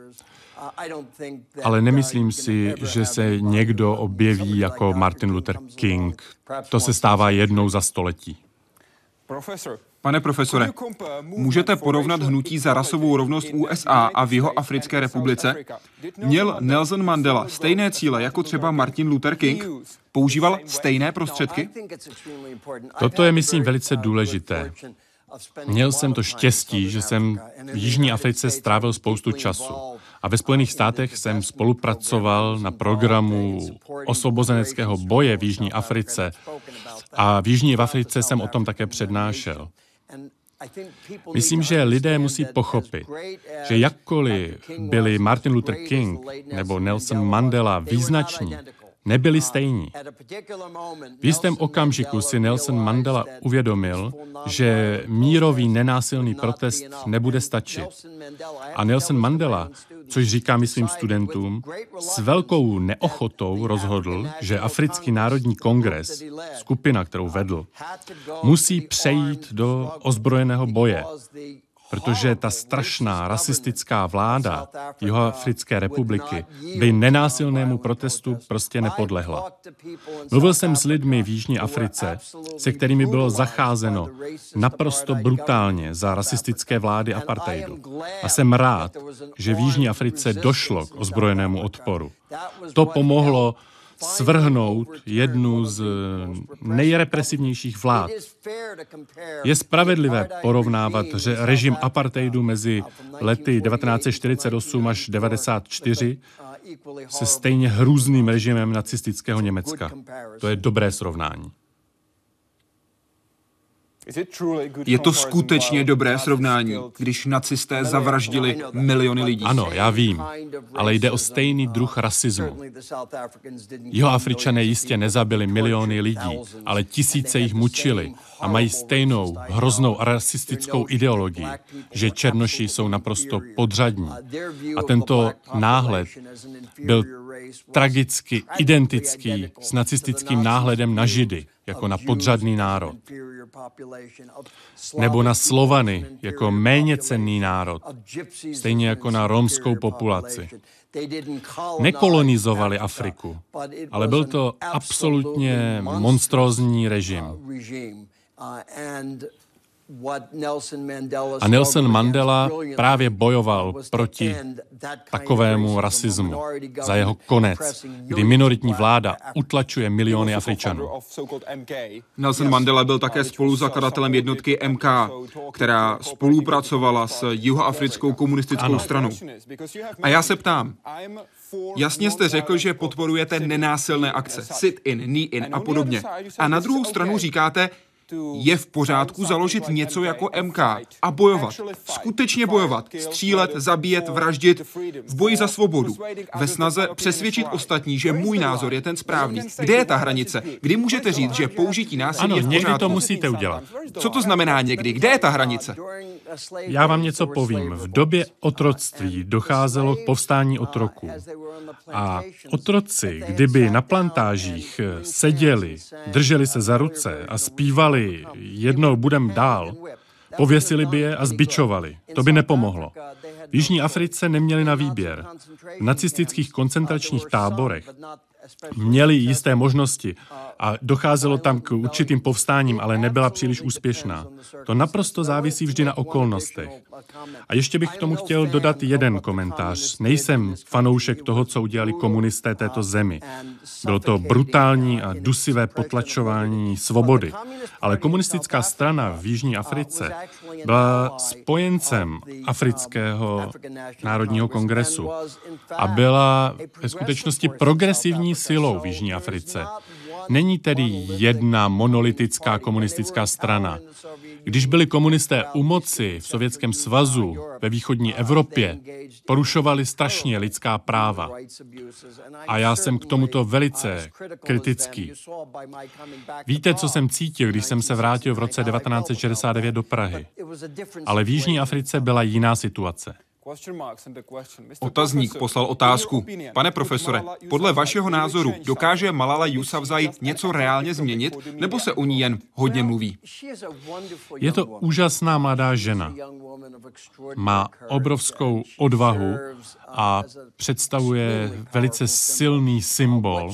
Ale nemyslím si, že se někdo objeví jako Martin Luther King. To se stává jednou za století. Pane profesore, můžete porovnat hnutí za rasovou rovnost v USA a v Jihoafrické republice? Měl Nelson Mandela stejné cíle jako třeba Martin Luther King? Používal stejné prostředky? Toto je, myslím, velice důležité. Měl jsem to štěstí, že jsem v Jižní Africe strávil spoustu času. A ve Spojených státech jsem spolupracoval na programu osvobozeneckého boje v Jižní Africe. A v Jižní Africe jsem o tom také přednášel. Myslím, že lidé musí pochopit, že jakkoliv byli Martin Luther King nebo Nelson Mandela význační, nebyli stejní. V jistém okamžiku si Nelson Mandela uvědomil, že mírový nenásilný protest nebude stačit. A Nelson Mandela, což říká, myslím, studentům, s velkou neochotou rozhodl, že Africký národní kongres, skupina, kterou vedl, musí přejít do ozbrojeného boje, protože ta strašná rasistická vláda Jihoafrické republiky by nenásilnému protestu prostě nepodlehla. Mluvil jsem s lidmi v Jižní Africe, se kterými bylo zacházeno naprosto brutálně za rasistické vlády apartheidu. A jsem rád, že v Jižní Africe došlo k ozbrojenému odporu. To pomohlo svrhnout jednu z nejrepresivnějších vlád. Je spravedlivé porovnávat režim apartheidu mezi lety 1948 až 1994 se stejně hrůzným režimem nacistického Německa. To je dobré srovnání. Je to skutečně dobré srovnání, když nacisté zavraždili miliony lidí. Ano, já vím, ale jde o stejný druh rasismu. Jihoafričané jistě nezabili miliony lidí, ale tisíce jich mučili a mají stejnou hroznou rasistickou ideologii, že černoši jsou naprosto podřadní. A tento náhled byl tragicky identický s nacistickým náhledem na Židy, jako na podřadný národ. nebo na Slovany jako méněcenný národ, stejně jako na romskou populaci. Nekolonizovali Afriku, ale byl to absolutně monstrózní režim. A Nelson Mandela právě bojoval proti takovému rasismu za jeho konec, kdy minoritní vláda utlačuje miliony Afričanů. Nelson Mandela byl také spoluzakladatelem jednotky MK, která spolupracovala s Jihoafrickou komunistickou stranou. A já se ptám, jasně jste řekl, že podporujete nenásilné akce, sit-in, knee-in a podobně. A na druhou stranu říkáte, je v pořádku založit něco jako MK a bojovat. Skutečně bojovat. Střílet, zabíjet, vraždit v boji za svobodu. Ve snaze přesvědčit ostatní, že můj názor je ten správný. Kde je ta hranice? Kdy můžete říct, že použití násilí je v pořádku? Někdy to musíte udělat. Co to znamená někdy? Kde je ta hranice? Já vám něco povím. V době otroctví docházelo k povstání otroků. A otroci, kdyby na plantážích seděli, drželi se za ruce a zpívali jednou budem dál, pověsili by je a zbičovali. To by nepomohlo. V Jižní Africe neměli na výběr. V nacistických koncentračních táborech měli jisté možnosti a docházelo tam k určitým povstáním, ale nebyla příliš úspěšná. To naprosto závisí vždy na okolnostech. A ještě bych k tomu chtěl dodat jeden komentář. Nejsem fanoušek toho, co udělali komunisté této zemi. Bylo to brutální a dusivé potlačování svobody. Ale komunistická strana v Jižní Africe byla spojencem Afrického národního kongresu a byla ve skutečnosti progresivní silou v Jižní Africe. Není tedy jedna monolitická komunistická strana. Když byli komunisté u moci v Sovětském svazu, ve východní Evropě, porušovali strašně lidská práva. A já jsem k tomuto velice kritický. Víte, co jsem cítil, když jsem se vrátil v roce 1969 do Prahy. Ale v Jižní Africe byla jiná situace. Otazník poslal otázku. Pane profesore, podle vašeho názoru dokáže Malala Yousafzai něco reálně změnit, nebo se o ní jen hodně mluví? Je to úžasná mladá žena. Má obrovskou odvahu a představuje velice silný symbol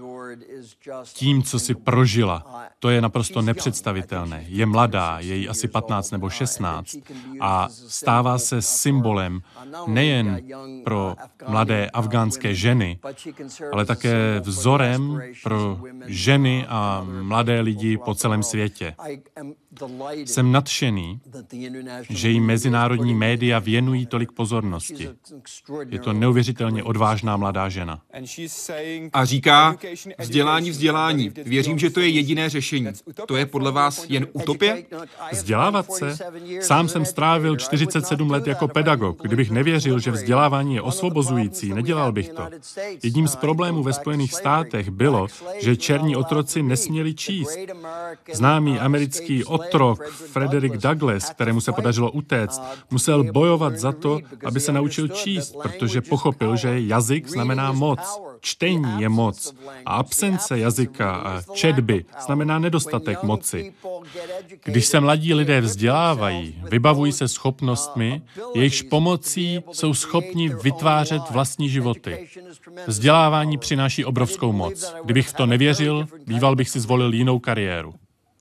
tím, co si prožila. To je naprosto nepředstavitelné. Je mladá, je jí asi 15 nebo 16 a stává se symbolem nejen pro mladé afgánské ženy, ale také vzorem pro ženy a mladé lidi po celém světě. Jsem nadšený, že jí mezinárodní média věnují tolik pozornosti. Je to neuvěřitelně odvážná mladá žena. A říká, vzdělání. Věřím, že to je jediné řešení. To je podle vás jen utopie? Vzdělávat se? Sám jsem strávil 47 let jako pedagog. Kdybych nevěřil, že vzdělávání je osvobozující, nedělal bych to. Jedním z problémů ve Spojených státech bylo, že černí otroci nesměli číst. Známý americký otrok Frederick Douglass, kterému se podařilo utéct, musel bojovat za to, aby se naučil číst, protože pochopil, že jazyk znamená moc. Čtení je moc. A absence jazyka a četby znamená nedostatek moci. Když se mladí lidé vzdělávají, vybavují se schopnostmi, jejichž pomocí jsou schopni vytvářet vlastní životy. Vzdělávání přináší obrovskou moc. Kdybych v to nevěřil, býval bych si zvolil jinou kariéru.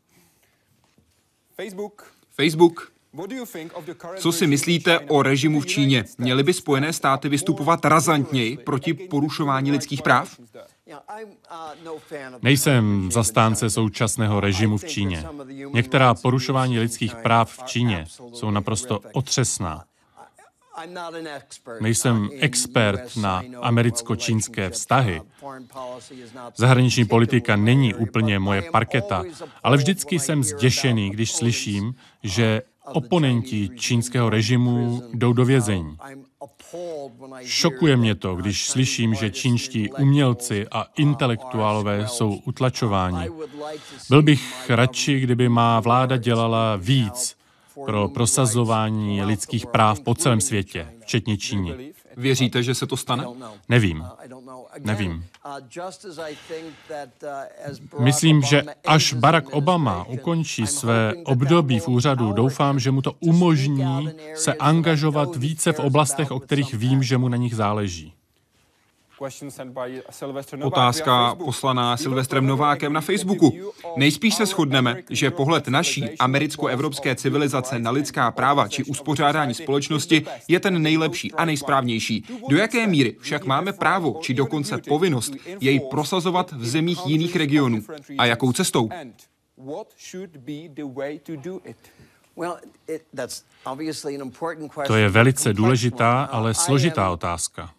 Facebook. Co si myslíte o režimu v Číně? Měly by Spojené státy vystupovat razantněji proti porušování lidských práv? Nejsem zastánce současného režimu v Číně. Některá porušování lidských práv v Číně jsou naprosto otřesná. Nejsem expert na americko-čínské vztahy. Zahraniční politika není úplně moje parketa, ale vždycky jsem zděšený, když slyším, že oponenti čínského režimu jdou do vězení. Šokuje mě to, když slyším, že čínští umělci a intelektuálové jsou utlačováni. Byl bych radši, kdyby má vláda dělala víc pro prosazování lidských práv po celém světě, včetně Číny. Věříte, že se to stane? Nevím. Myslím, že až Barack Obama ukončí své období v úřadu, doufám, že mu to umožní se angažovat více v oblastech, o kterých vím, že mu na nich záleží. Otázka poslaná Silvestrem Novákem na Facebooku. Nejspíš se shodneme, že pohled naší americko-evropské civilizace na lidská práva či uspořádání společnosti je ten nejlepší a nejsprávnější. Do jaké míry však máme právo, či dokonce povinnost jej prosazovat v zemích jiných regionů? A jakou cestou? To je velice důležitá, ale složitá otázka.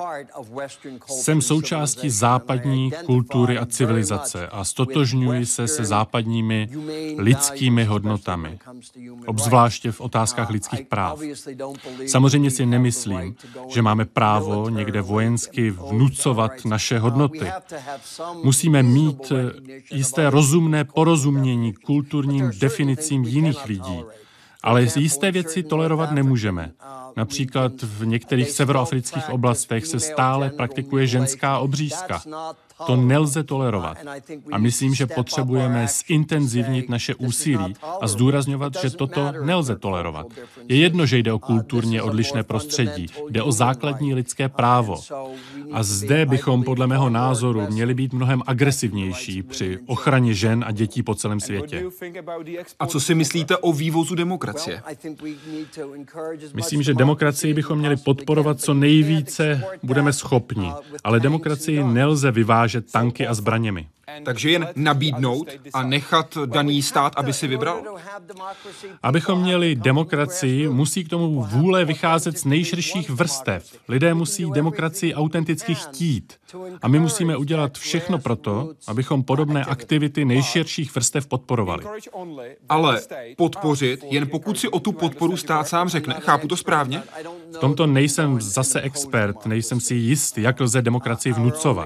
Jsem součástí západní kultury a civilizace a stotožňuji se západními lidskými hodnotami, obzvláště v otázkách lidských práv. Samozřejmě si nemyslím, že máme právo někde vojensky vnucovat naše hodnoty. Musíme mít jisté rozumné porozumění kulturním definicím jiných lidí. Ale jisté věci tolerovat nemůžeme. Například v některých severoafrických oblastech se stále praktikuje ženská obřízka. To nelze tolerovat. A myslím, že potřebujeme zintenzivnit naše úsilí a zdůrazňovat, že toto nelze tolerovat. Je jedno, že jde o kulturně odlišné prostředí, jde o základní lidské právo. A zde bychom podle mého názoru měli být mnohem agresivnější při ochraně žen a dětí po celém světě. A co si myslíte o vývozu demokracie? Myslím, že demokracii bychom měli podporovat co nejvíce budeme schopni, ale demokracii nelze vyvážet tanky a zbraněmi. Takže jen nabídnout a nechat daný stát, aby si vybral? Abychom měli demokracii, musí k tomu vůle vycházet z nejširších vrstev. Lidé musí demokracii autenticky chtít. A my musíme udělat všechno proto, abychom podobné aktivity nejširších vrstev podporovali. Ale podpořit, jen pokud si o tu podporu stát sám řekne, chápu to správně? V tomto nejsem zase expert, nejsem si jist, jak lze demokracii vnucovat.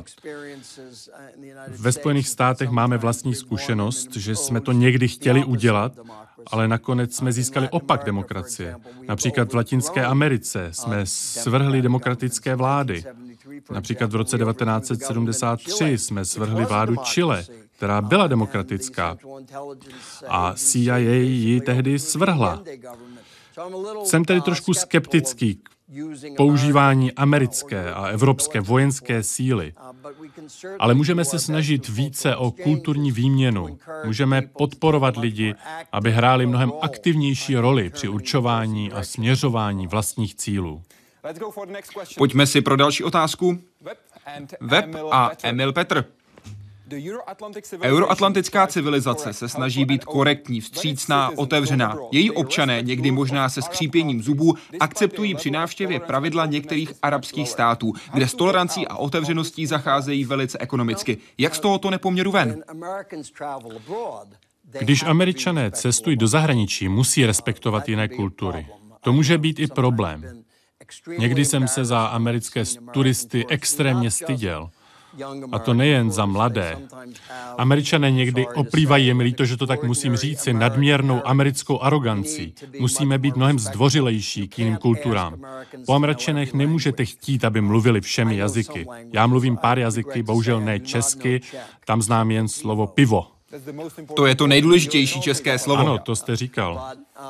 Ve Spojených státech máme vlastní zkušenost, že jsme to někdy chtěli udělat, ale nakonec jsme získali opak demokracie. Například v Latinské Americe jsme svrhli demokratické vlády. Například v roce 1973 jsme svrhli vládu Chile, která byla demokratická. A CIA ji tehdy svrhla. Jsem tedy trošku skeptický k používání americké a evropské vojenské síly. Ale můžeme se snažit více o kulturní výměnu. Můžeme podporovat lidi, aby hráli mnohem aktivnější roli při určování a směřování vlastních cílů. Pojďme si pro další otázku. Web a Emil Petr. Euroatlantická civilizace se snaží být korektní, vstřícná, otevřená. Její občané, někdy možná se skřípěním zubů, akceptují při návštěvě pravidla některých arabských států, kde s tolerancí a otevřeností zacházejí velice ekonomicky. Jak z tohoto nepoměru ven? Když Američané cestují do zahraničí, musí respektovat jiné kultury. To může být i problém. Někdy jsem se za americké turisty extrémně styděl. A to nejen za mladé. Američané někdy oplývají, je mi líto, že to tak musím říci, nadměrnou americkou arogancí. Musíme být mnohem zdvořilejší k jiným kulturám. Po Američanech nemůžete chtít, aby mluvili všemi jazyky. Já mluvím pár jazyky, bohužel ne česky, tam znám jen slovo pivo. To je to nejdůležitější české slovo. Ano, to jste říkal.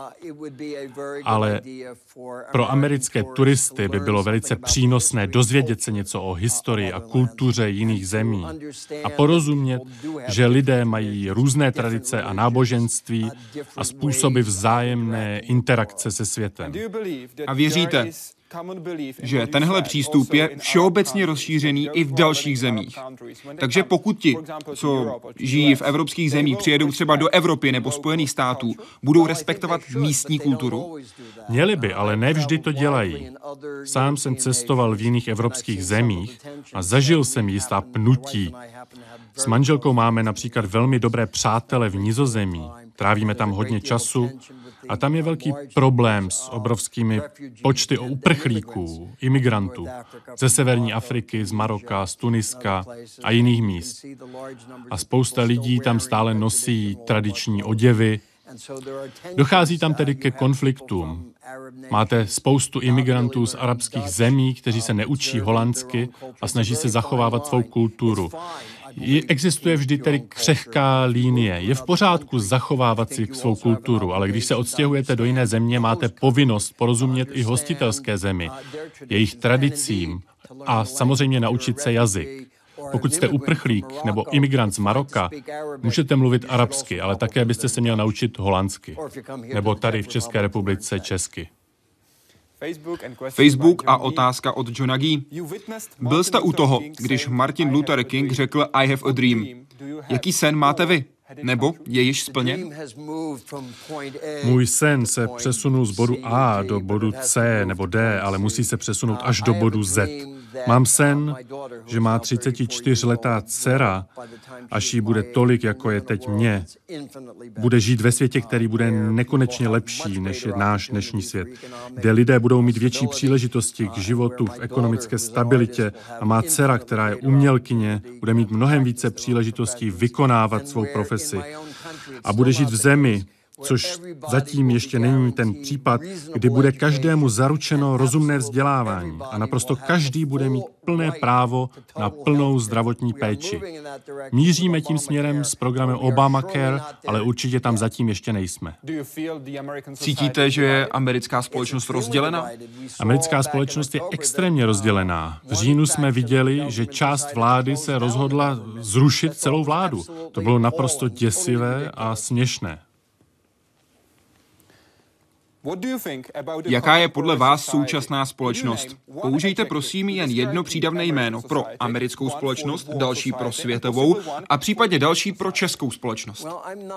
Ale pro americké turisty by bylo velice přínosné dozvědět se něco o historii a kultuře jiných zemí a porozumět, že lidé mají různé tradice a náboženství a způsoby vzájemné interakce se světem. A věříte, že tenhle přístup je všeobecně rozšířený i v dalších zemích. Takže pokud ti, co žijí v evropských zemích, přijedou třeba do Evropy nebo Spojených států, budou respektovat místní kulturu? Měli by, ale ne vždy to dělají. Sám jsem cestoval v jiných evropských zemích a zažil jsem jistá pnutí. S manželkou máme například velmi dobré přátele v Nizozemí. Trávíme tam hodně času a tam je velký problém s obrovskými počty uprchlíků, imigrantů ze severní Afriky, z Maroka, z Tuniska a jiných míst. A spousta lidí tam stále nosí tradiční oděvy Dochází tam tedy ke konfliktům. Máte spoustu imigrantů z arabských zemí, kteří se neučí holandsky a snaží se zachovávat svou kulturu. Existuje vždy tedy křehká linie. Je v pořádku zachovávat si svou kulturu, ale když se odstěhujete do jiné země, máte povinnost porozumět i hostitelské zemi, jejich tradicím a samozřejmě naučit se jazyk. Pokud jste uprchlík nebo imigrant z Maroka, můžete mluvit arabsky, ale také byste se měl naučit holandsky. Nebo tady v České republice česky. Facebook a otázka od Johna G. Byl jste u toho, když Martin Luther King řekl I have a dream. Jaký sen máte vy? Nebo je již splněn? Můj sen se přesunul z bodu A do bodu C nebo D, ale musí se přesunout až do bodu Z. Mám sen, že má 34letá dcera, až jí bude tolik, jako je teď mě, bude žít ve světě, který bude nekonečně lepší, než je náš dnešní svět, kde lidé budou mít větší příležitosti k životu v ekonomické stabilitě a má dcera, která je umělkyně, bude mít mnohem více příležitostí vykonávat svou profesi a bude žít v zemi, což zatím ještě není ten případ, kdy bude každému zaručeno rozumné vzdělávání a naprosto každý bude mít plné právo na plnou zdravotní péči. Míříme tím směrem s programem Obamacare, ale určitě tam zatím ještě nejsme. Cítíte, že je americká společnost rozdělená? Americká společnost je extrémně rozdělená. V říjnu jsme viděli, že část vlády se rozhodla zrušit celou vládu. To bylo naprosto děsivé a směšné. Jaká je podle vás současná společnost? Použijte prosím jen jedno přídavné jméno pro americkou společnost, další pro světovou a případně další pro českou společnost.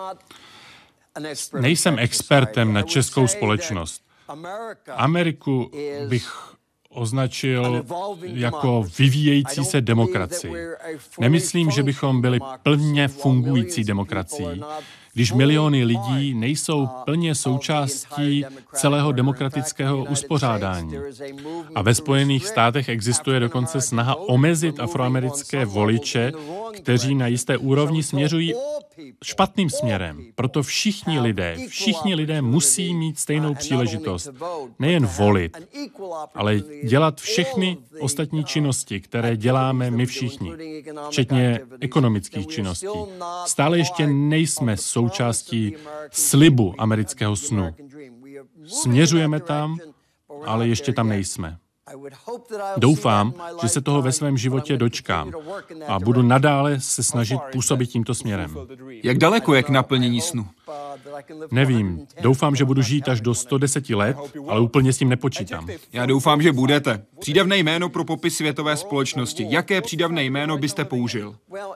Nejsem expertem na českou společnost. Ameriku bych označil jako vyvíjející se demokracii. Nemyslím, že bychom byli plně fungující demokracií, když miliony lidí nejsou plně součástí celého demokratického uspořádání. A ve Spojených státech existuje dokonce snaha omezit afroamerické voliče, kteří na jisté úrovni směřují špatným směrem. Proto všichni lidé musí mít stejnou příležitost. Nejen volit, ale dělat všechny ostatní činnosti, které děláme my všichni, včetně ekonomických činností. Stále ještě nejsme součástí slibu amerického snu. Směřujeme tam, ale ještě tam nejsme. Doufám, že se toho ve svém životě dočkám a budu nadále se snažit působit tímto směrem. Jak daleko je k naplnění snu? Nevím. Doufám, že budu žít až do 110 let, ale úplně s tím nepočítám. Já doufám, že budete. Přídavné jméno pro popis světové společnosti. Jaké přídavné jméno byste použil?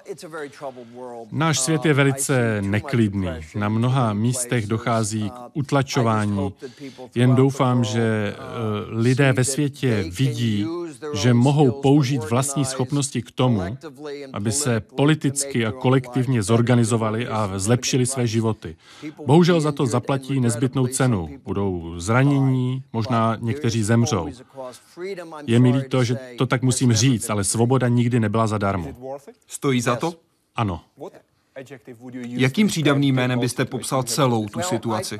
Náš svět je velice neklidný. Na mnoha místech dochází k utlačování. Jen doufám, že lidé ve světě vidí, že mohou použít vlastní schopnosti k tomu, aby se politicky a kolektivně zorganizovali a zlepšili své životy. Bohužel za to zaplatí nezbytnou cenu. Budou zranění, možná někteří zemřou. Je mi líto, že to tak musím říct, ale svoboda nikdy nebyla zadarmo. Stojí za to? Ano. Jakým přídavným jménem byste popsal celou tu situaci?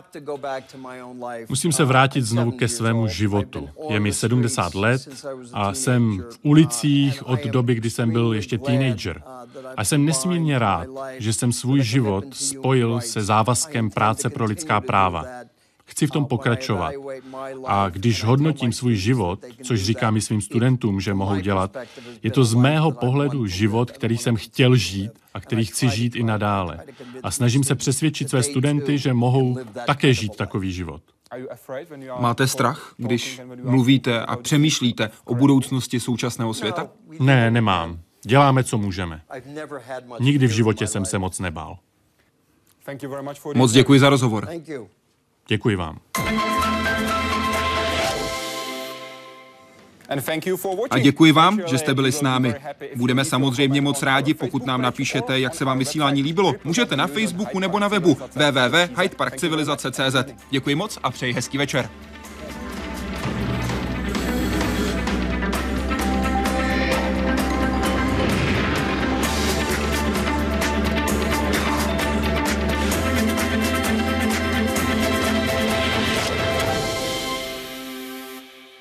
Musím se vrátit znovu ke svému životu. Je mi 70 let a jsem v ulicích od doby, kdy jsem byl ještě teenager. A jsem nesmírně rád, že jsem svůj život spojil se závazkem práce pro lidská práva. Chci v tom pokračovat. A když hodnotím svůj život, což říkám i svým studentům, že mohou dělat, je to z mého pohledu život, který jsem chtěl žít a který chci žít i nadále. A snažím se přesvědčit své studenty, že mohou také žít takový život. Máte strach, když mluvíte a přemýšlíte o budoucnosti současného světa? Ne, nemám. Děláme, co můžeme. Nikdy v životě jsem se moc nebál. Moc děkuji za rozhovor. Děkuji vám. A děkuji vám, že jste byli s námi. Budeme samozřejmě moc rádi, pokud nám napíšete, jak se vám vysílání líbilo. Můžete na Facebooku nebo na webu www.hydeparkcivilizace.cz. Děkuji moc a přeji hezký večer.